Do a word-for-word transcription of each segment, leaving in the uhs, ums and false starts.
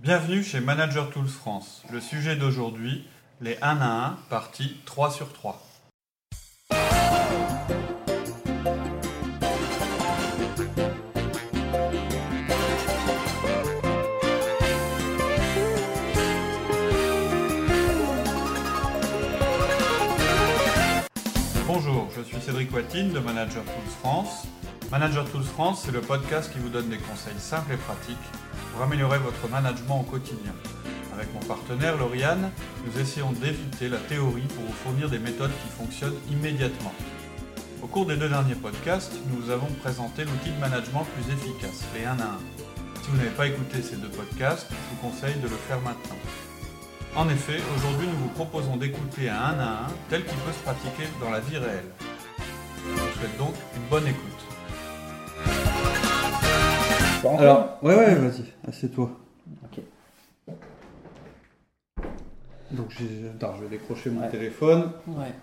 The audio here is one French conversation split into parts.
Bienvenue chez Manager Tools France. Le sujet d'aujourd'hui, les un à un, partie trois sur trois. Bonjour, je suis Cédric Watine de Manager Tools France. Manager Tools France, c'est le podcast qui vous donne des conseils simples et pratiques pour améliorer votre management au quotidien. Avec mon partenaire Lauriane, nous essayons d'éviter la théorie pour vous fournir des méthodes qui fonctionnent immédiatement. Au cours des deux derniers podcasts, nous vous avons présenté l'outil de management le plus efficace, les un à un. Si vous n'avez pas écouté ces deux podcasts, je vous conseille de le faire maintenant. En effet, aujourd'hui, nous vous proposons d'écouter un un à un tel qu'il peut se pratiquer dans la vie réelle. Je vous souhaite donc une bonne écoute. Bon, Alors, ouais, ouais, vas-y, assieds-toi. Ok. Donc, j'ai... Attends, je vais décrocher mon Ouais. téléphone. Ouais.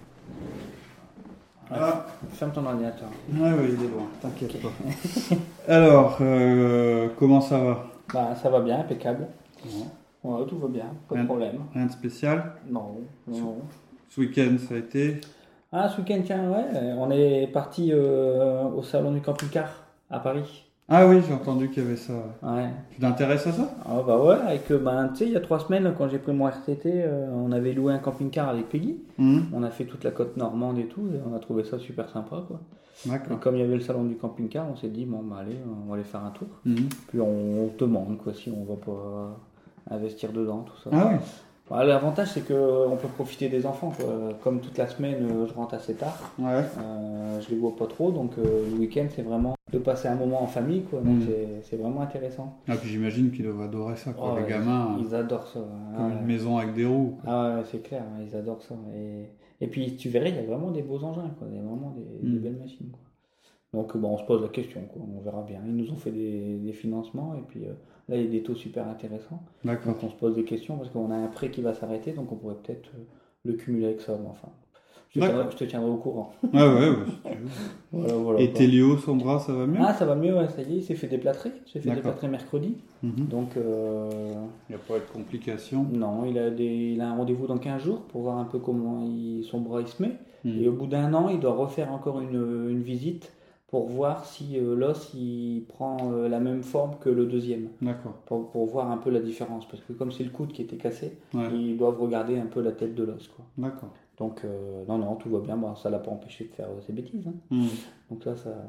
Ah. Ferme ton ordinateur. Ouais, ouais, il est loin, t'inquiète pas. Alors, euh, comment ça va? Bah, ça va bien, impeccable. Ouais. Ouais, tout va bien, pas de Rien- problème. Rien de spécial? Non, non. Ce week-end, ça a été? Ah, ce week-end, tiens, ouais, on est parti euh, au salon du camping-car à Paris. Ah oui, j'ai entendu qu'il y avait ça. Ouais. Tu t'intéresses à ça? Ah bah ouais, avec, euh, ben, tu sais, il y a trois semaines, quand j'ai pris mon R T T, euh, on avait loué un camping-car avec Peggy. Mhm. On a fait toute la côte normande et tout, et on a trouvé ça super sympa, quoi. Et D'accord. comme il y avait le salon du camping-car, on s'est dit, bon, bah allez, on va aller faire un tour. Mhm. Puis on, on demande, quoi, si on va pas investir dedans, tout ça. Ah oui. Bah, l'avantage, c'est qu'on peut profiter des enfants, quoi. Comme toute la semaine, euh, je rentre assez tard, Ouais. euh, je les vois pas trop, donc euh, le week-end, c'est vraiment de passer un moment en famille, quoi. Donc Mm. c'est, c'est vraiment intéressant. Ah, puis j'imagine qu'ils doivent adorer ça, quoi. Oh, Les ouais, gamins, Ils adorent ça. comme Ah, une ouais. maison avec des roues. quoi. Ah ouais, c'est clair, hein, ils adorent ça. Et, et puis tu verrais, il y a vraiment des beaux engins, quoi. Il y a vraiment des, Mm. des belles machines, quoi. Donc bon, on se pose la question, quoi. On verra bien. Ils nous ont fait des, des financements et puis euh, là, il y a des taux super intéressants. D'accord. Donc on se pose des questions parce qu'on a un prêt qui va s'arrêter, donc on pourrait peut-être euh, le cumuler avec ça. Mais enfin, je te, D'accord. tiendrai, je te tiendrai au courant. Ouais, ouais, ouais. si tu veux. Voilà, voilà, Et quoi. Télio, son bras, ça va mieux? Ah, ça va mieux, ouais, ça y est, il s'est fait déplâtrer. Il s'est fait D'accord. déplâtrer mercredi. Mhm. Donc euh, Il n'y a pas eu de complications. non, il a, des, il a un rendez-vous dans quinze jours pour voir un peu comment il, son bras il se met. Mhm. Et au bout d'un an, il doit refaire encore une, une visite pour voir si euh, l'os il prend euh, la même forme que le deuxième. D'accord. Pour, pour voir un peu la différence. Parce que comme c'est le coude qui était cassé, Ouais. ils doivent regarder un peu la tête de l'os, quoi. D'accord. Donc, euh, non, non, tout va bien. Bon, ça l'a pas empêché de faire euh, ses bêtises. Hein. Mhm. Donc là, ça.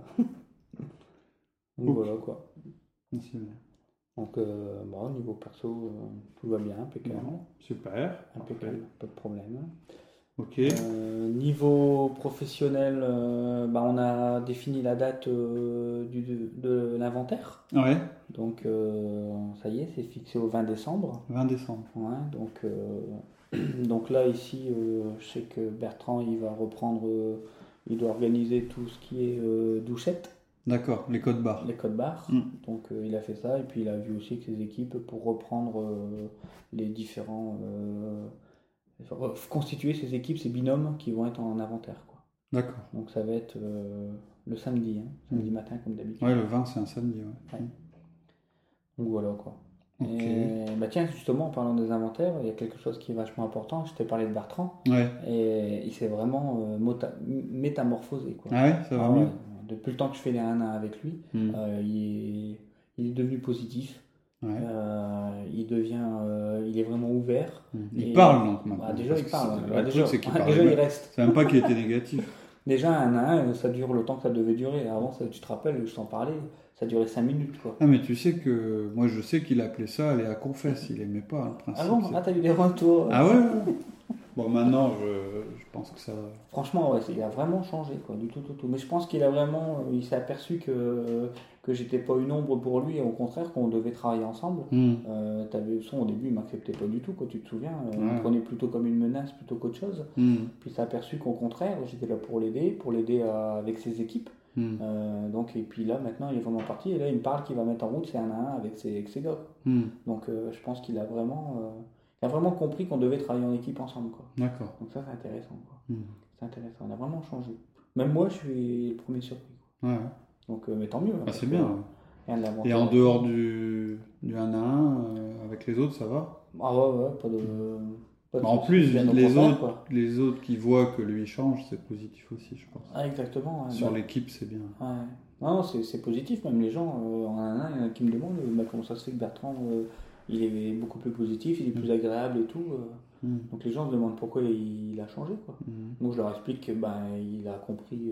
Donc Ok. voilà, quoi. C'est bien. Donc, euh, bon, au niveau perso, euh, tout va bien, impeccable. Bon, super. Impeccable, pas de problème. Ok. Euh, niveau professionnel, euh, bah, on a défini la date euh, du, de, de l'inventaire. Ouais, Donc, euh, ça y est, c'est fixé au vingt décembre. vingt décembre. Ouais, donc, euh, donc là, ici, euh, je sais que Bertrand, il va reprendre, euh, il doit organiser tout ce qui est euh, douchette, D'accord, les codes barres. les codes barres. Mm. Donc, euh, il a fait ça, et puis il a vu aussi que ses équipes pour reprendre euh, les différents. Euh, enfin, constituer ses équipes, ses binômes qui vont être en inventaire, quoi. D'accord. Donc, ça va être euh, le samedi, hein, samedi matin, comme d'habitude. Ouais, le vingt, c'est un samedi. Ouais. Ouais. Donc, voilà, quoi. Ok. Et bah tiens, justement, en parlant des inventaires, il y a quelque chose qui est vachement important. Je t'ai parlé de Bertrand, Ouais. et il s'est vraiment euh, mota- métamorphosé, quoi. Ah ouais, ça va Ah mieux. ouais. Depuis le temps que je fais les un à un avec lui, Mm. euh, il, est, il est devenu positif. Ouais. Euh, il devient, euh, il est vraiment ouvert. Mm. Il Et- parle donc maintenant. Bah, déjà, parce il que parle. c'est- Bah, Le déjà, truc, c'est qu'il ah, parle. déjà, bien. il reste. C'est même pas qu'il était négatif. Déjà, un à un, ça dure le temps que ça devait durer. Avant, ça, tu te rappelles, je t'en parlais, ça durait cinq minutes, quoi. Ah, mais tu sais que moi, je sais qu'il appelait ça aller à confesse. Il aimait pas, le principe. Ah bon? c'est- Ah, t'as eu des retours? Ah ouais, ouais. Bon, maintenant, je, je pense que ça va. Franchement, ouais, c'est- il a vraiment changé, quoi, du tout, tout, tout. Mais je pense qu'il a vraiment, euh, il s'est aperçu que, que j'étais pas une ombre pour lui, et au contraire, qu'on devait travailler ensemble. Mm. Euh, t'avais, son, au début, il m'acceptait pas du tout, quoi, tu te souviens. euh, Il Ouais. me prenait plutôt comme une menace plutôt qu'autre chose. Mm. Puis il s'est aperçu qu'au contraire, j'étais là pour l'aider, pour l'aider à- avec ses équipes. Mm. Euh, donc, et puis là, maintenant, il est vraiment parti. Et là, il me parle qu'il va mettre en route c'est un à un avec ses, avec ses gars, quoi. Mm. Donc, euh, je pense qu'il a vraiment, euh, il a vraiment compris qu'on devait travailler en équipe ensemble, quoi. D'accord. Donc ça, c'est intéressant, quoi. Mm. C'est intéressant. On a vraiment changé. Même moi, je suis le premier surpris, quoi. Ouais, ouais. Donc, euh, mais tant mieux. hein, Ah, parce c'est que, bien. euh, ouais. rien de Et l'avantage. en dehors du, du un à un, euh, avec avec les autres, ça va. Ah ouais, ouais, pas de. Pas de Bah, en soucis, plus, bien au les contraire, autres, quoi. les autres qui voient que lui change, c'est positif aussi, je pense. Ah, exactement. Ouais. Sur Bah, l'équipe, c'est bien. ouais. Non, c'est, c'est positif, même les gens, euh, en un an, il y en a qui me demandent euh, bah, comment ça se fait que Bertrand, euh, il est beaucoup plus positif, il est plus agréable et tout. euh. Mm. Donc les gens se demandent pourquoi il, il a changé, quoi. Mm. Donc je leur explique qu'il bah, il a compris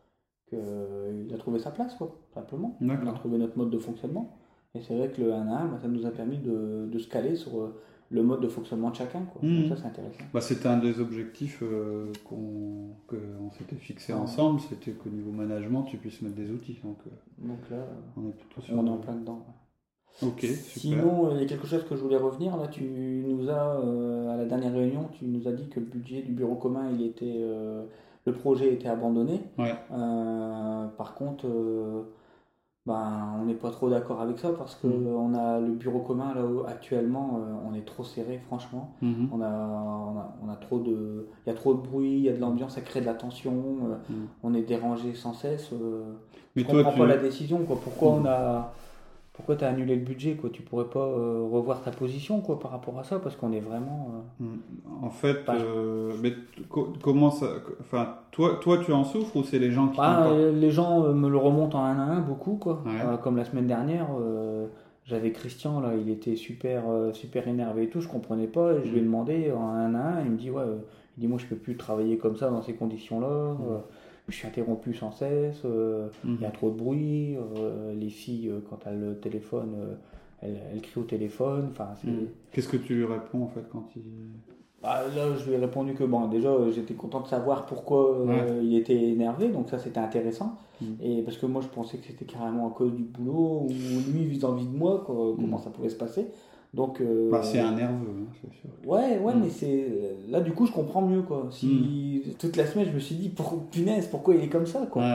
euh, qu'il a trouvé sa place, quoi, simplement. D'accord. On a trouvé notre mode de fonctionnement. Et c'est vrai que le un à un, bah, ça nous a permis de, de se caler sur euh, le mode de fonctionnement de chacun, quoi. Mm. Donc ça, c'est intéressant. Bah, c'était un des objectifs euh, qu'on, qu'on s'était fixé Ouais. ensemble, c'était qu'au niveau management, tu puisses mettre des outils. Donc, euh, Donc là, on est plutôt sur. on est en plein dedans. Ouais. Ok, super. Sinon, euh, il y a quelque chose que je voulais revenir. Là, tu nous as, euh, à la dernière réunion, tu nous as dit que le budget du bureau commun, il était, euh, le projet était abandonné. Ouais. Euh, par contre, euh, ben, on n'est pas trop d'accord avec ça parce que Mm. on a le bureau commun là où, actuellement, euh, on est trop serré, franchement. Mhm. On a, on a, on a trop de, il y a trop de bruit, il y a de l'ambiance, ça crée de la tension. euh, Mm. On est dérangé sans cesse. euh, Mais je toi, comprends tu. pas la décision, quoi. Pourquoi Mm. on a, pourquoi t'as annulé le budget, quoi. Tu pourrais pas euh, revoir ta position, quoi, par rapport à ça, parce qu'on est vraiment. euh, Mm. En fait, Bah, euh, mais t- co- comment ça. Enfin, toi, toi, tu en souffres ou c'est les gens qui Bah, t'en parlent? euh, les gens euh, me le remontent en un à un beaucoup, quoi. Ouais. Euh, comme la semaine dernière, euh, j'avais Christian là, il était super, euh, super énervé et tout, je comprenais pas. Et je lui ai Mm. demandé en un à un, il me dit ouais, euh, il dit moi je peux plus travailler comme ça dans ces conditions-là. Mm. euh, je suis interrompu sans cesse. euh, Il Mm. y a trop de bruit. euh, les filles euh, quand elles le téléphone, euh, elles, elles crient au téléphone. Enfin, c'est. Mm. Qu'est-ce que tu lui réponds en fait quand il. Bah, là, je lui ai répondu que bon, déjà, euh, j'étais content de savoir pourquoi euh, Ouais. il était énervé, donc ça c'était intéressant. Mm. Et parce que moi, je pensais que c'était carrément à cause du boulot ou lui vis-à-vis de moi, quoi, comment Mm. ça pouvait se passer. Donc, euh, Bah, c'est un nerveux, hein, c'est sûr. ouais, ouais, Mm. mais c'est là du coup, je comprends mieux, quoi. Si toute la semaine, je me suis dit, pour, punaise, pourquoi il est comme ça, quoi. Ouais.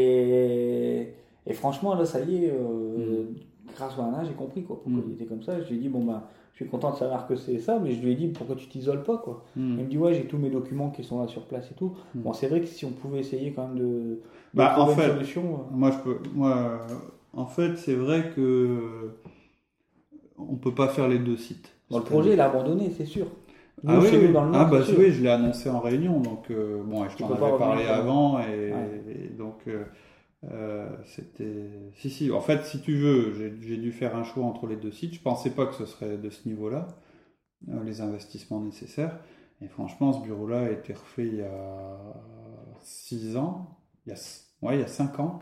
Et, et franchement, là, ça y est, euh, grâce à un an, j'ai compris, quoi, pourquoi Mm. il était comme ça. Je lui ai dit, bon, bah, je suis content de savoir que c'est ça, mais je lui ai dit, pourquoi tu t'isoles pas, quoi. Mm. Il me dit, ouais, j'ai tous mes documents qui sont là sur place et tout. Mm. Bon, c'est vrai que si on pouvait essayer quand même de, de Bah, trouver en fait, une solution. euh, Moi, je peux. Moi, euh, en fait, c'est vrai que on peut pas faire les deux sites. Bon, le projet, il a abandonné, c'est sûr. Ah Nous, oui, chez oui. nous, dans le Nord, Ah bah c'est sûr. oui, je l'ai annoncé en réunion, donc euh, bon, et je Tu t'en peux pas avais parlé revenir, avant, et, Ouais. et donc euh, euh, c'était. Si, si, en fait, si tu veux, j'ai j'ai dû faire un choix entre les deux sites. Je pensais pas que ce serait de ce niveau-là, euh, les investissements nécessaires. Et franchement, ce bureau-là a été refait il y a six ans, il y a, ouais, il y a cinq ans.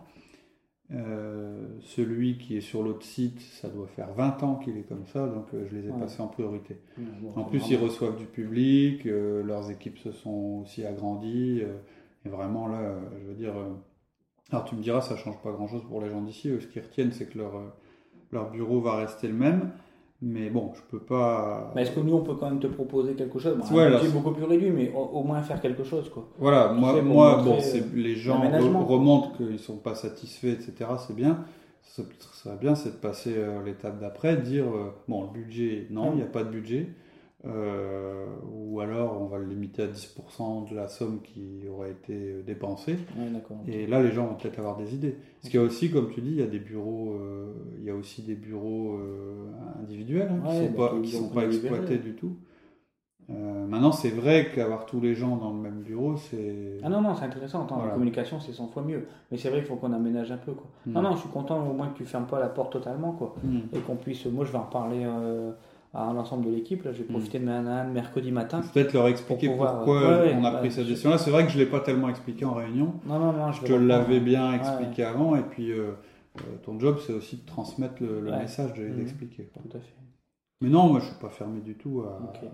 Euh, celui qui est sur l'autre site, ça doit faire vingt ans qu'il est comme ça, donc euh, je les ai Ouais. passés en priorité. Ouais, bon, En c'est plus, ils vraiment- reçoivent du public, euh, leurs équipes se sont aussi agrandies, euh, et vraiment là, euh, je veux dire. euh, alors tu me diras, ça change pas grand-chose pour les gens d'ici. Eux, ce qu'ils retiennent, c'est que leur, euh, leur bureau va rester le même. Mais bon, je peux pas. Mais est-ce que nous, on peut quand même te proposer quelque chose? Bon, Ouais, un là, budget c'est- beaucoup plus réduit, mais au, au moins faire quelque chose, quoi. Voilà, Tu moi, sais, pour moi montrer, bon, c'est, les gens l'aménagement. re- remontent qu'ils sont pas satisfaits, et cetera. C'est bien. Ce ce serait bien, c'est de passer euh, l'étape d'après, de dire euh, bon, le budget, non, il Mm. n'y a pas de budget. Euh, ou alors on va le limiter à dix pour cent de la somme qui aurait été euh, dépensée. Ouais, d'accord. Et là, les gens vont peut-être avoir des idées. Parce qu'il y a aussi, comme tu dis, il y a des bureaux, euh, il y a aussi des bureaux euh, individuels hein, qui Ouais, sont bah, pas, qui- qui donc sont on pas est libéré. exploités du tout. Euh, maintenant, c'est vrai qu'avoir tous les gens dans le même bureau, c'est. Ah non, non, c'est intéressant. Attends, Voilà. la communication, c'est cent fois mieux. Mais c'est vrai qu'il faut qu'on aménage un peu, quoi. Mm. Non, non, je suis content au moins que tu fermes pas la porte totalement, quoi. Mm. Et qu'on puisse. Moi, je vais en reparler euh, à l'ensemble de l'équipe. Là, je vais profiter de un à un mercredi matin. Peut-être leur expliquer Pour pouvoir- pourquoi ouais, ouais, on a bah, pris cette je- décision-là. C'est vrai que je ne l'ai pas tellement expliqué en réunion. Non, non, non, je, Je vais te reprendre. l'avais bien Ouais, expliqué avant. Et puis, euh, euh, ton job, c'est aussi de transmettre le, le Ouais. message, de les Mhm. expliquer. quoi. Tout à fait. Mais non, moi, je ne suis pas fermé du tout à. Ok.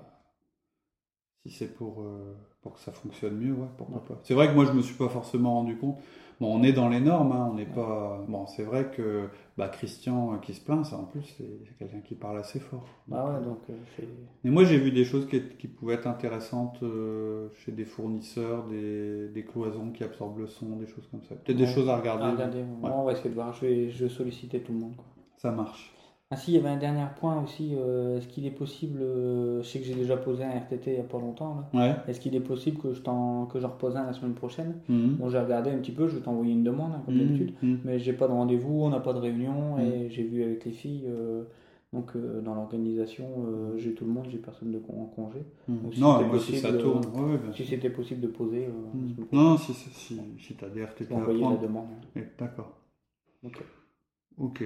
Si c'est pour, euh, pour que ça fonctionne mieux, ouais, pourquoi pas. C'est vrai que moi, je me suis pas forcément rendu compte. Bon, on est dans les normes, hein, on n'est pas. Bon, c'est vrai que bah, Christian euh, qui se plaint, ça en plus, c'est c'est quelqu'un qui parle assez fort. Ah ouais, donc euh, c'est. Mais moi, j'ai vu des choses qui, qui pouvaient être intéressantes euh, chez des fournisseurs, des, des cloisons qui absorbent le son, des choses comme ça. Peut-être des Ouais. choses à regarder. Ah, regardez, bon, on va essayer de voir. Je vais, je vais solliciter tout le monde, quoi. Ça marche. Ah si, il y avait un dernier point aussi. euh, Est-ce qu'il est possible, euh, je sais que j'ai déjà posé un R T T il n'y a pas longtemps, là. Ouais. Est-ce qu'il est possible que je t'en que j'en repose un la semaine prochaine? Mhm. Bon, j'ai regardé un petit peu, je vais t'envoyer une demande, hein, comme Mhm. d'habitude. Mhm. Mais j'ai pas de rendez-vous, on n'a pas de réunion, Mhm. et j'ai vu avec les filles, euh, Donc euh, dans l'organisation, euh, j'ai tout le monde, j'ai personne de con- en congé. Mmh. Donc, si Non, c'était moi si possible, ça tourne, euh, ouais, ouais, bien si sûr. c'était possible de poser, euh, Mmh. la semaine Non, non, prochaine, si, si, si, si tu as des R T je T vais à envoyer la prendre. demande. Eh, D'accord. Ok. Ok.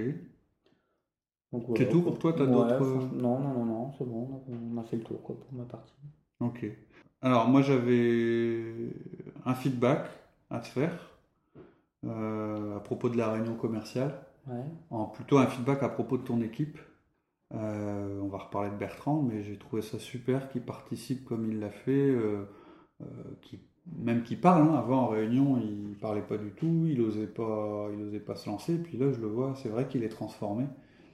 Donc C'est voilà, tout quoi. pour toi, t'as Ouais, d'autres. franchement, non, non, non, non, c'est bon, on a fait le tour quoi, pour ma partie. Ok. Alors, moi, j'avais un feedback à te faire euh, à propos de la réunion commerciale. Ouais. En plutôt un feedback à propos de ton équipe. Euh, on va reparler de Bertrand, mais j'ai trouvé ça super qu'il participe comme il l'a fait, euh, euh, qu'il- même qu'il parle. Hein. Avant, en réunion, il parlait pas du tout, il osait pas, il osait pas se lancer. Puis là, je le vois, c'est vrai qu'il est transformé.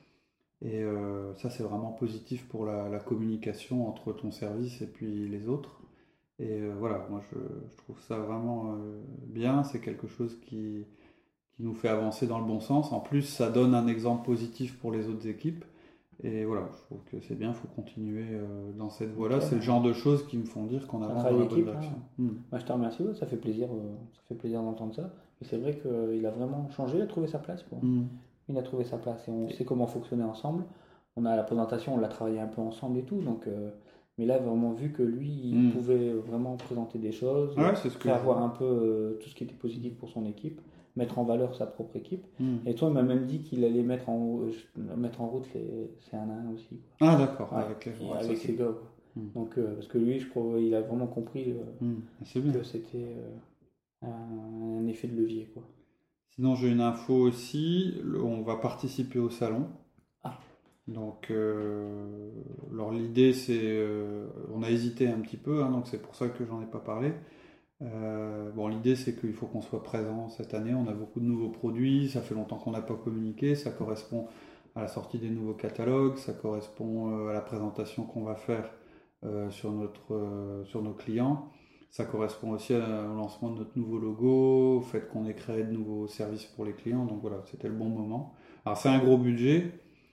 Et euh, ça, c'est vraiment positif pour la, la communication entre ton service et puis les autres. Et euh, voilà, moi, je, je trouve ça vraiment euh, bien. C'est quelque chose qui, qui nous fait avancer dans le bon sens. En plus, ça donne un exemple positif pour les autres équipes. Et voilà, je trouve que c'est bien, il faut continuer euh, dans cette voie-là. Ok, C'est le bah. genre de choses qui me font dire qu'on Un avance dans travail la bonne d'équipe, direction. hein. Hmm. Moi, je te remercie, ouais, ça fait plaisir, euh, ça fait plaisir d'entendre ça. Mais c'est vrai qu'il a vraiment changé, il a trouvé sa place. Quoi. Hmm. Il a trouvé sa place et on sait comment fonctionner ensemble. On a la présentation, on l'a travaillé un peu ensemble et tout. Donc, euh, mais là, vraiment vu que lui, il Mm. pouvait vraiment présenter des choses, Ouais, c'est ce que faire je voir vois. un peu euh, tout ce qui était positif pour son équipe, mettre en valeur sa propre équipe. Hmm. Et toi, il m'a même dit qu'il allait mettre en, euh, mettre en route les C un un aussi. Quoi. Ah, d'accord, Ouais, avec les et ouais, ça, avec c'est- ses gars. Quoi. Mm. Donc, euh, parce que lui, je crois, il a vraiment compris euh, Hmm. C'est bien. que c'était euh, un, un effet de levier. Quoi. Sinon, j'ai une info aussi. Le- On va participer au salon. Ah. Donc, euh, alors l'idée, c'est, euh, on a hésité un petit peu, hein, donc c'est pour ça que j'en ai pas parlé. Euh, bon, l'idée, c'est qu'il faut qu'on soit présent cette année. On a beaucoup de nouveaux produits. Ça fait longtemps qu'on n'a pas communiqué. Ça correspond à la sortie des nouveaux catalogues. Ça correspond euh, à la présentation qu'on va faire euh, sur notre, euh, sur nos clients. Ça correspond aussi à- au lancement de notre nouveau logo, au fait qu'on ait créé de nouveaux services pour les clients. Donc voilà, c'était le bon moment. Alors, c'est un gros budget.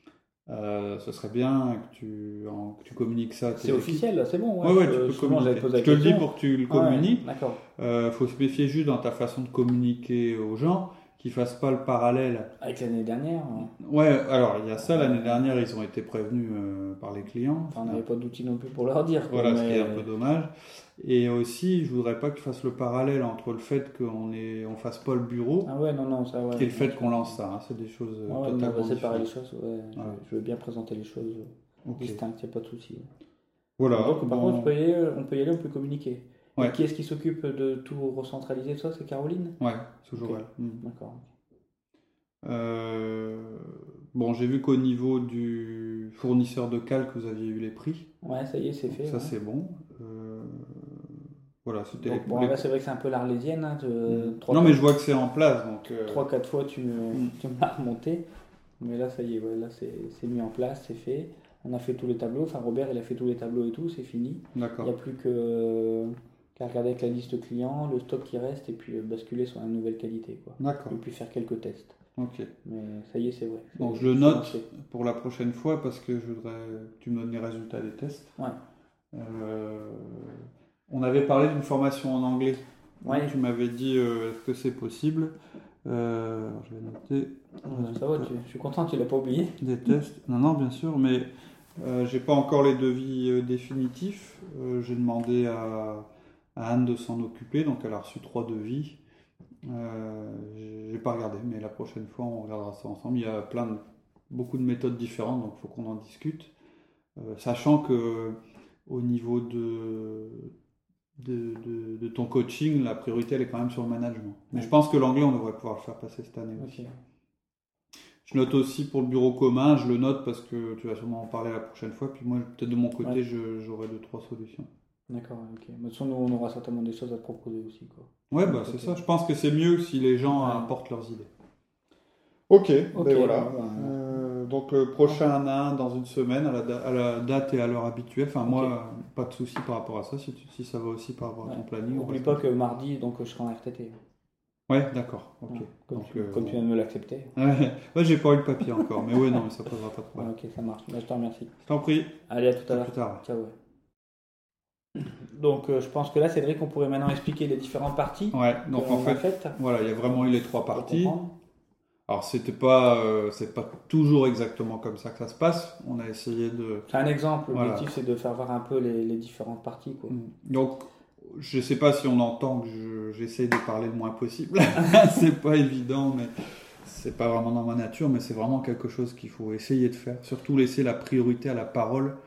Euh, ce serait bien que tu, en- que tu communiques ça à tes C'est équipes. officiel, là, c'est bon. Ouais, ouais, je- tu peux justement, j'avais communiquer. posé la Je te le dis question. pour que tu le Ah ouais, communiques. d'accord. Euh, faut se méfier juste dans ta façon de communiquer aux gens, qu'ils fassent pas le parallèle. Avec l'année dernière, hein. Ouais, alors il y a ça, l'année dernière, ils ont été prévenus euh, par les clients. Enfin, on n'avait pas d'outils non plus pour leur dire. quoi, Voilà, ce mais- qui est un peu dommage. Et aussi, je voudrais pas que tu fasses le parallèle entre le fait qu'on est, on fasse pas le bureau Ah ouais, non, non, ça, ouais. et le fait qu'on lance ça. hein. C'est des choses euh, Ah ouais, on totalement va séparer les différentes. choses. Ouais. Je- Voilà. Je, veux bien présenter les choses euh, Ok. distinctes, il n'y a pas de souci. Voilà. Donc, par bon. contre, on peut, y aller, on peut y aller, on peut communiquer. Et Ouais. qui est-ce qui s'occupe de tout recentraliser, ça? C'est Caroline? Ouais, toujours Ok. elle. Mm. D'accord. Euh, Bon, j'ai vu qu'au niveau du fournisseur de calque, vous aviez eu les prix. Ouais, ça y est, c'est fait. Ça, ouais. c'est bon. Euh, Voilà, c'était Donc, les, bon, les- là, c'est vrai que c'est un peu l'arlésienne. Hein, de- Mm. trois, Non, mais quatre- je vois que c'est en place, donc. euh, trois quatre fois, tu me, Mm. tu me l'as remonté. Mais là, ça y est, ouais, là, c'est c'est mis en place, c'est fait. On a fait tous les tableaux. Enfin, Robert, il a fait tous les tableaux et tout, c'est fini. Il D'accord. n'y a plus que qu'à regarder avec la liste client, le stock qui reste, et puis euh, basculer sur une nouvelle qualité. Quoi. D'accord. Et puis faire quelques tests. Ok. Mais ça y est, c'est vrai. Donc C'est- je le c'est note lancé. pour la prochaine fois parce que je voudrais que tu me donnes les résultats des tests. Ouais. Euh, On avait parlé d'une formation en anglais. Ouais. Tu m'avais dit euh, est-ce que c'est possible. Euh, alors, je vais noter. Euh, Ça va, tu- je suis content, tu l'as pas oublié. Des tests. Non, non, bien sûr, mais euh, j'ai pas encore les devis euh, définitifs. Euh, j'ai demandé à, à Anne de s'en occuper, donc elle a reçu trois devis. Euh, j'ai j'ai pas regardé, mais la prochaine fois on regardera ça ensemble. Il y a plein de, beaucoup de méthodes différentes, donc il faut qu'on en discute. Euh, sachant que au niveau de, de, de, de ton coaching, la priorité elle est quand même sur le management. Mais je pense que l'anglais on devrait pouvoir le faire passer cette année aussi. Ok. Je note aussi pour le bureau commun, je le note parce que tu vas sûrement en parler la prochaine fois. Puis moi, peut-être de mon côté, Ouais. je- j'aurai deux, trois solutions. D'accord, ok. Mais de toute façon, nous, on aura certainement des choses à te proposer aussi. Quoi. Ouais, bah Ok. c'est ça. Je pense que c'est mieux si les gens Ouais. apportent leurs idées. Ok, Ok, ben voilà. bah, bah, Euh, donc le prochain nain dans une semaine à la, da- à la date et à l'heure habituelle. Enfin moi, Ok. euh, pas de souci par rapport à ça. Si, tu- si ça va aussi par rapport à ton Ouais. planning. on N'oublie reste pas comme que mardi, donc, je serai en R T T. ça. Ouais, d'accord. Ok. Ouais. Comme, Donc, tu, euh, comme bon. tu viens de me l'accepter. Ouais, ouais, j'ai pas eu le papier encore, mais ouais, non, mais ça posera pas de Ouais, problème. ok, ça marche. Bah, je te remercie. Je t'en prie. Allez, à tout à À l'heure. plus tard. Ciao. Ouais. Donc, euh, je pense que là, Cédric, on pourrait maintenant expliquer les différentes parties Ouais, donc qu'on en a fait, faites. voilà, il y a vraiment eu les trois pour parties. comprendre. Alors c'était pas, euh, c'est pas toujours exactement comme ça que ça se passe. On a essayé de. C'est un exemple. Voilà. L'objectif, c'est de faire voir un peu les, les différentes parties, quoi. Donc, je sais pas si on entend que je, j'essaye de parler le moins possible. C'est pas évident, mais c'est pas vraiment dans ma nature, mais c'est vraiment quelque chose qu'il faut essayer de faire. Surtout laisser la priorité à la parole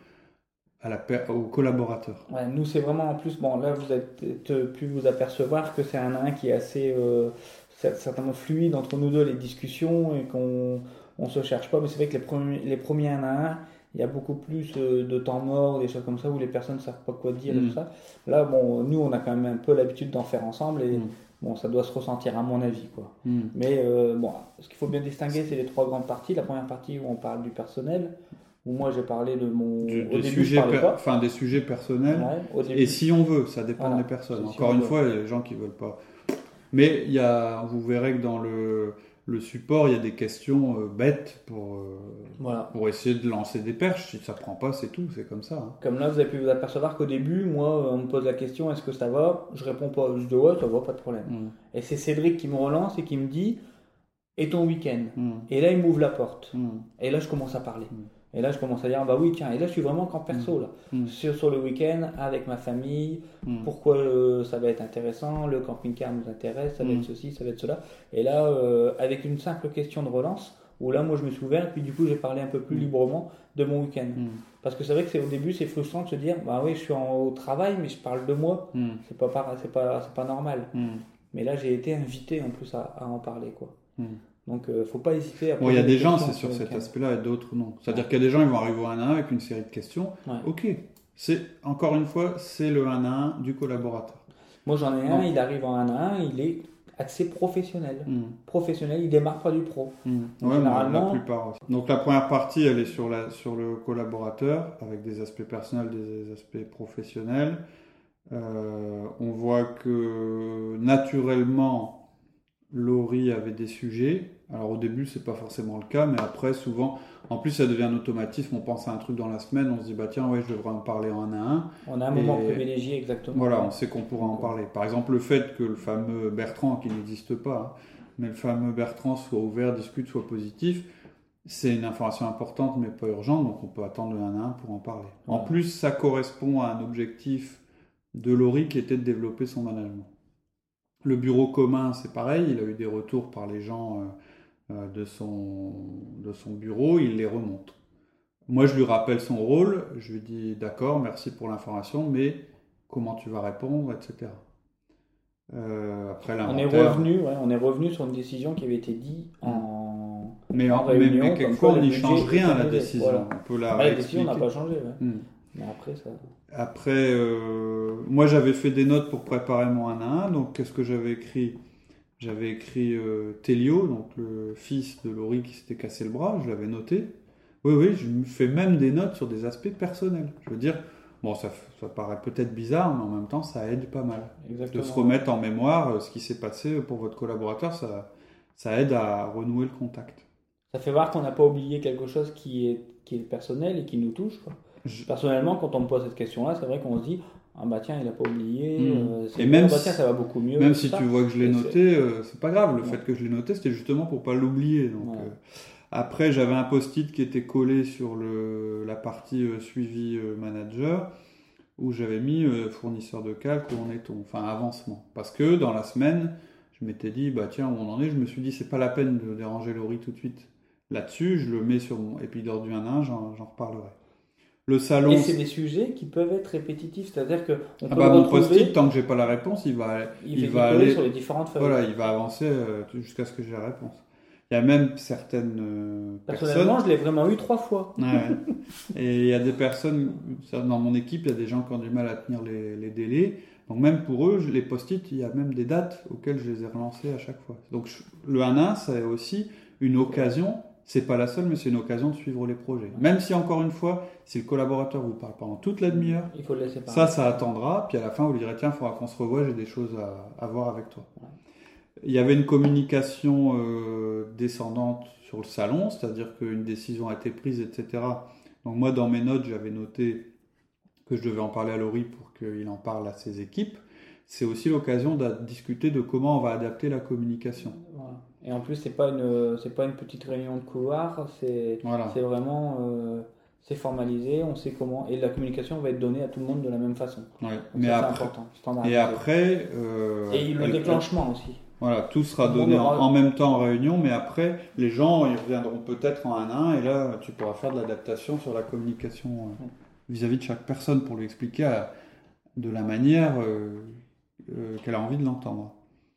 à la, aux collaborateurs. Ouais, nous, c'est vraiment en plus, bon, là, vous avez peut-être pu vous apercevoir que c'est un à un qui est assez, euh, certainement fluide entre nous deux, les discussions, et qu'on on se cherche pas. Mais c'est vrai que les premiers, les premiers un à un, il y a beaucoup plus de temps mort, des choses comme ça, où les personnes ne savent pas quoi dire mmh. et tout ça. Là, bon, nous, on a quand même un peu l'habitude d'en faire ensemble, et mmh. bon, ça doit se ressentir à mon avis, quoi. Mmh. Mais euh, bon, ce qu'il faut bien distinguer, c'est les trois grandes parties. La première partie où on parle du personnel, où moi j'ai parlé de mon... Du, au des, début, sujets per... pas. Enfin, des sujets personnels, ouais, et si on veut, ça dépend voilà. des personnes. Si Encore une veut. fois, il y a des gens qui ne veulent pas. Mais il y a, vous verrez que dans le, le support, il y a des questions euh, bêtes pour, euh, voilà. pour essayer de lancer des perches. Si ça ne prend pas, c'est tout, c'est comme ça. Hein. Comme là, vous avez pu vous apercevoir qu'au début, moi, on me pose la question, est-ce que ça va ? Je réponds pas, je dis ouais, ça va, pas de problème. Mm. Et c'est Cédric qui me relance et qui me dit, et ton week-end ? Mm. Et là, il m'ouvre la porte. Mm. Et là, je commence à parler. Mm. Et là, je commence à dire, bah oui, tiens, et là, je suis vraiment qu'en perso, là. Mm. Sur, sur le week-end, avec ma famille, mm. pourquoi euh, ça va être intéressant, le camping-car nous intéresse, ça va mm. être ceci, ça va être cela. Et là, euh, avec une simple question de relance, où là, moi, je me suis ouvert, et puis du coup, j'ai parlé un peu plus mm. librement de mon week-end. Mm. Parce que c'est vrai que c'est, au début, c'est frustrant de se dire, bah oui, je suis en, au travail, mais je parle de moi. Mm. C'est pas, c'est pas, c'est pas normal. Mm. Mais là, j'ai été invité, en plus, à, à en parler, quoi. Mm. Donc, il euh, ne faut pas hésiter à poser. Bon, il y a des gens, c'est sur cet aspect-là, et d'autres non. C'est-à-dire ouais. qu'il y a des gens, ils vont arriver au un à un avec une série de questions. Ouais. Ok. C'est, encore une fois, c'est le un à un du collaborateur. Moi, j'en ai un, il arrive en un à un, il est assez professionnel. Mm. Professionnel, il démarre pas du pro. Mm. Ouais, généralement... la plupart aussi. Donc, la première partie, elle est sur, la, sur le collaborateur, avec des aspects personnels, des aspects professionnels. Euh, on voit que, naturellement, Laurie avait des sujets. Alors au début c'est pas forcément le cas, mais après souvent, en plus ça devient un automatisme, on pense à un truc dans la semaine, on se dit bah tiens ouais je devrais en parler en un à un. On a un moment et privilégié exactement. Voilà, on sait qu'on pourra en parler. Par exemple le fait que le fameux Bertrand, qui n'existe pas, hein, mais le fameux Bertrand soit ouvert, discute, soit positif, c'est une information importante mais pas urgente, donc on peut attendre le un à un pour en parler. Voilà. En plus ça correspond à un objectif de Laurie qui était de développer son management. Le bureau commun, c'est pareil, il a eu des retours par les gens euh, de, son, de son bureau, il les remonte. Moi, je lui rappelle son rôle, je lui dis d'accord, merci pour l'information, mais comment tu vas répondre, et cetera. Euh, après on est revenu, ouais, on est revenu sur une décision qui avait été dite en, mais en, en réunion. Mais, mais quelquefois, on n'y change rien à la décision. Voilà. On peut la ouais, la décision n'a pas changé. Ouais. Hmm. Mais après, ça... Après, euh, moi j'avais fait des notes pour préparer mon un à un, donc qu'est-ce que j'avais écrit ? J'avais écrit euh, Télio, donc le fils de Laurie qui s'était cassé le bras, je l'avais noté. Oui, oui, je me fais même des notes sur des aspects personnels. Je veux dire, bon, ça, ça paraît peut-être bizarre, mais en même temps, ça aide pas mal. Exactement. De se remettre en mémoire euh, ce qui s'est passé pour votre collaborateur, ça, ça aide à renouer le contact. Ça fait voir qu'on n'a pas oublié quelque chose qui est, qui est personnel et qui nous touche, quoi. Je... Personnellement, quand on me pose cette question-là, c'est vrai qu'on se dit ah bah tiens, il n'a pas oublié, mmh. euh, c'est et même bon, bah si, tiens, ça va beaucoup mieux. Même si ça. tu vois que je l'ai et noté, c'est... Euh, c'est pas grave. Le ouais. fait que je l'ai noté, c'était justement pour pas l'oublier. Donc, ouais. euh, après, j'avais un post-it qui était collé sur le, la partie euh, suivi euh, manager, où j'avais mis euh, fournisseur de calque, où en est-on, enfin avancement. Parce que dans la semaine, je m'étais dit bah tiens, où on en est, je me suis dit c'est pas la peine de déranger Laurie tout de suite. Là-dessus, je le mets sur mon épilogue du un à un, j'en, j'en reparlerai. Le salon. Et c'est des sujets qui peuvent être répétitifs, c'est-à-dire que on ah peut bah, le mon retrouver. Post-it, tant que j'ai pas la réponse, il va, il, il va aller sur les différentes feuilles. Voilà, il va avancer euh, jusqu'à ce que j'ai la réponse. Il y a même certaines euh, Personnellement, personnes. je l'ai vraiment eu trois fois. Ouais. Et il y a des personnes dans mon équipe, il y a des gens qui ont du mal à tenir les, les délais. Donc même pour eux, les post-it, il y a même des dates auxquelles je les ai relancés à chaque fois. Donc je, le un à un, c'est aussi une occasion. C'est pas la seule, mais c'est une occasion de suivre les projets. Même si, encore une fois, si le collaborateur vous parle pendant toute la demi-heure, il faut le laisser parler. Ça, ça attendra. Puis à la fin, vous lui direz, tiens, il faudra qu'on se revoie, j'ai des choses à, à voir avec toi. Ouais. Il y avait une communication euh, descendante sur le salon, c'est-à-dire qu'une décision a été prise, et cetera. Donc moi, dans mes notes, j'avais noté que je devais en parler à Laurie pour qu'il en parle à ses équipes. C'est aussi l'occasion de discuter de comment on va adapter la communication. Voilà. Et en plus, c'est pas une, c'est pas une petite réunion de couloir, c'est, Voilà. c'est vraiment, euh, c'est formalisé, on sait comment, et la communication va être donnée à tout le monde de la même façon. Ouais. Donc Mais ça, après, c'est important. et Standardisé. après, euh, Et le elle- déclenchement aussi. Voilà, tout sera Tout le donné monde en, aura- en même temps en réunion, mais après, les gens, ils reviendront peut-être en un à un, et là, tu pourras faire de l'adaptation sur la communication euh, Ouais. vis-à-vis de chaque personne pour lui expliquer à- de la manière euh, euh, qu'elle a envie de l'entendre.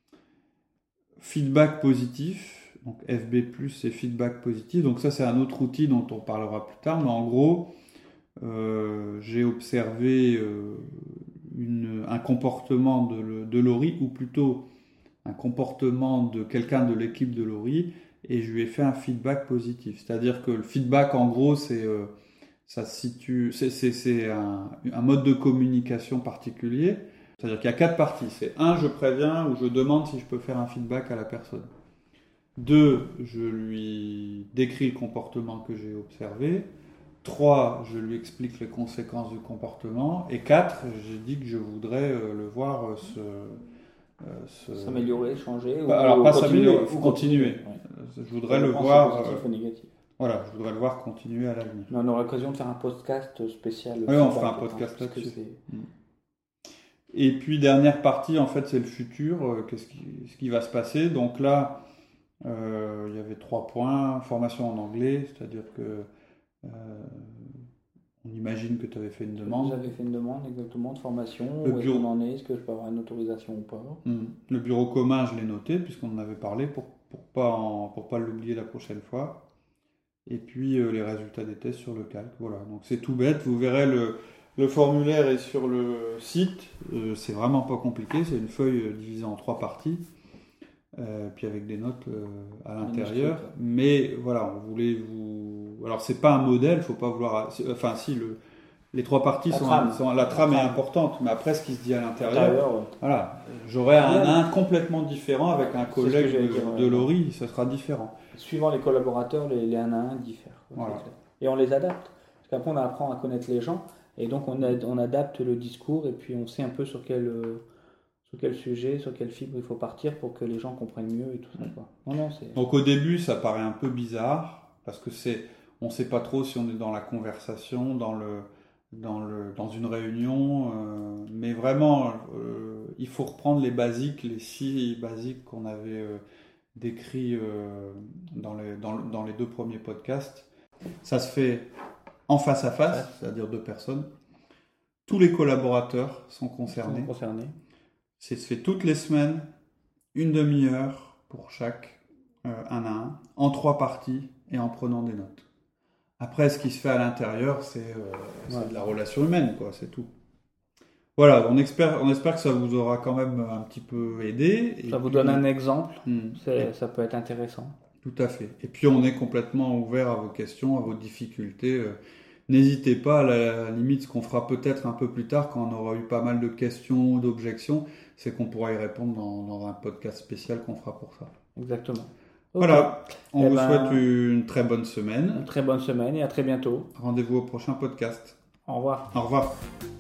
Feedback positif, donc F B plus, c'est feedback positif, donc ça c'est un autre outil dont on parlera plus tard, mais en gros, euh, j'ai observé euh, une, un comportement de, de Laurie, ou plutôt un comportement de quelqu'un de l'équipe de Laurie, et je lui ai fait un feedback positif. C'est-à-dire que le feedback, en gros, c'est euh, ça se situe, c'est, c'est, c'est un, un mode de communication particulier. C'est-à-dire qu'il y a quatre parties. C'est un, je préviens ou je demande si je peux faire un feedback à la personne. Deux, je lui décris le comportement que j'ai observé. Trois, je lui explique les conséquences du comportement. Et quatre, j'ai dit que je voudrais euh, le voir euh, se... Euh, se... S'améliorer, changer. Pas, ou, alors ou pas continuer, s'améliorer, il ou faut continuer. Ouais. Je voudrais Ça le dépend, voir. c'est positif euh, ou négatif. Voilà, je voudrais le voir continuer à l'avenir. Mais on aura l'occasion de faire un podcast spécial. Oui, on feedback, fera un hein, podcast parce que là-dessus. c'est- Et puis dernière partie, en fait, c'est le futur. euh, Qu'est-ce qui, ce qui va se passer? Donc là, euh, il y avait trois points. Formation en anglais, c'est-à-dire que euh, on imagine que tu avais fait une demande. Vous avez fait une demande exactement de formation. Le Où est-ce bureau. qu'on en est? Est-ce que je peux avoir une autorisation ou pas? Hmm. Le bureau commun, je l'ai noté puisqu'on en avait parlé pour pour pas en- pour pas l'oublier la prochaine fois. Et puis euh, les résultats des tests sur le calque. Voilà. Donc c'est tout bête. Vous verrez le le formulaire est sur le site. Euh, c'est vraiment pas compliqué. C'est une feuille euh, divisée en trois parties. Euh, puis avec des notes euh, à l'intérieur. Manuscrit, ouais. Mais voilà, on voulait vous. Alors c'est pas un modèle. Faut pas vouloir. Enfin si le les trois parties La sont, trame. sont- la trame La est trame. importante, mais après ce qui se dit à l'intérieur. Intérieur, ouais. Voilà, j'aurai un un complètement différent avec un C'est ce que collègue j'allais de, dire, ouais. de Laurie, ce sera différent. Suivant les collaborateurs, les, les un à un diffèrent. quoi, Voilà. c'est clair. Et on les adapte. Parce qu'après, on apprend à connaître les gens. Et donc, on, ad- on adapte le discours. Et puis, on sait un peu sur quel, euh, sur quel sujet, sur quelle fibre il faut partir pour que les gens comprennent mieux et tout ça. Quoi. Non, non, c'est... Donc au début, ça paraît un peu bizarre, parce que c'est, on ne sait pas trop si on est dans la conversation, dans, le, dans, le, dans une réunion, euh, mais vraiment, euh, il faut reprendre les basiques, les six basiques qu'on avait euh, décrits euh, dans, les, dans, dans les deux premiers podcasts. Ça se fait en face à face, c'est-à-dire deux personnes. Tous les collaborateurs sont concernés. concernés. Ça se fait toutes les semaines, une demi-heure pour chaque, euh, un à un, en trois parties et en prenant des notes. Après, ce qui se fait à l'intérieur, c'est, euh, c'est Ouais. de la relation humaine, quoi, c'est tout. Voilà, on espère, on espère que ça vous aura quand même un petit peu aidé. Et Ça vous puis- donne un exemple. Hmm. C'est- ça peut être intéressant. Tout à fait. Et puis on est complètement ouvert à vos questions, à vos difficultés. Euh, N'hésitez pas, à la limite, ce qu'on fera peut-être un peu plus tard, quand on aura eu pas mal de questions ou d'objections, c'est qu'on pourra y répondre dans, dans un podcast spécial qu'on fera pour ça. Exactement. Ok. Voilà, on Eh vous ben- souhaite une très bonne semaine. Une très bonne semaine et à très bientôt. Rendez-vous au prochain podcast. Au revoir. Au revoir.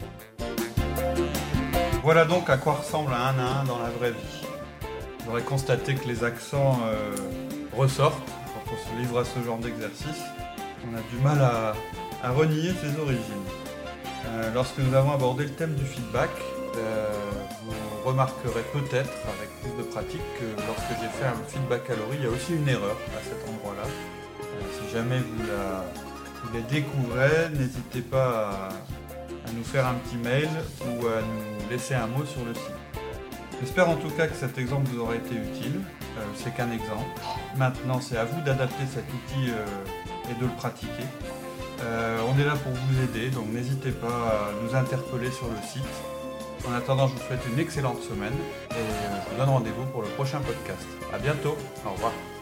Voilà donc à quoi ressemble un à un dans la vraie vie. Vous aurez constaté que les accents euh, ressortent quand on se livre à ce genre d'exercice. On a du mal à, à renier ses origines. Euh, lorsque nous avons abordé le thème du feedback, euh, vous remarquerez peut-être avec plus de pratique que lorsque j'ai fait un feedback à Laurie, il y a aussi une erreur à cet endroit-là. Euh, si jamais vous la, vous la découvrez, n'hésitez pas à, à nous faire un petit mail ou à nous laisser un mot sur le site. J'espère en tout cas que cet exemple vous aura été utile. Euh, c'est qu'un exemple. Maintenant, c'est à vous d'adapter cet outil euh, et de le pratiquer. Euh, on est là pour vous aider, donc n'hésitez pas à nous interpeller sur le site. En attendant, je vous souhaite une excellente semaine et euh, je vous donne rendez-vous pour le prochain podcast. À bientôt, au revoir.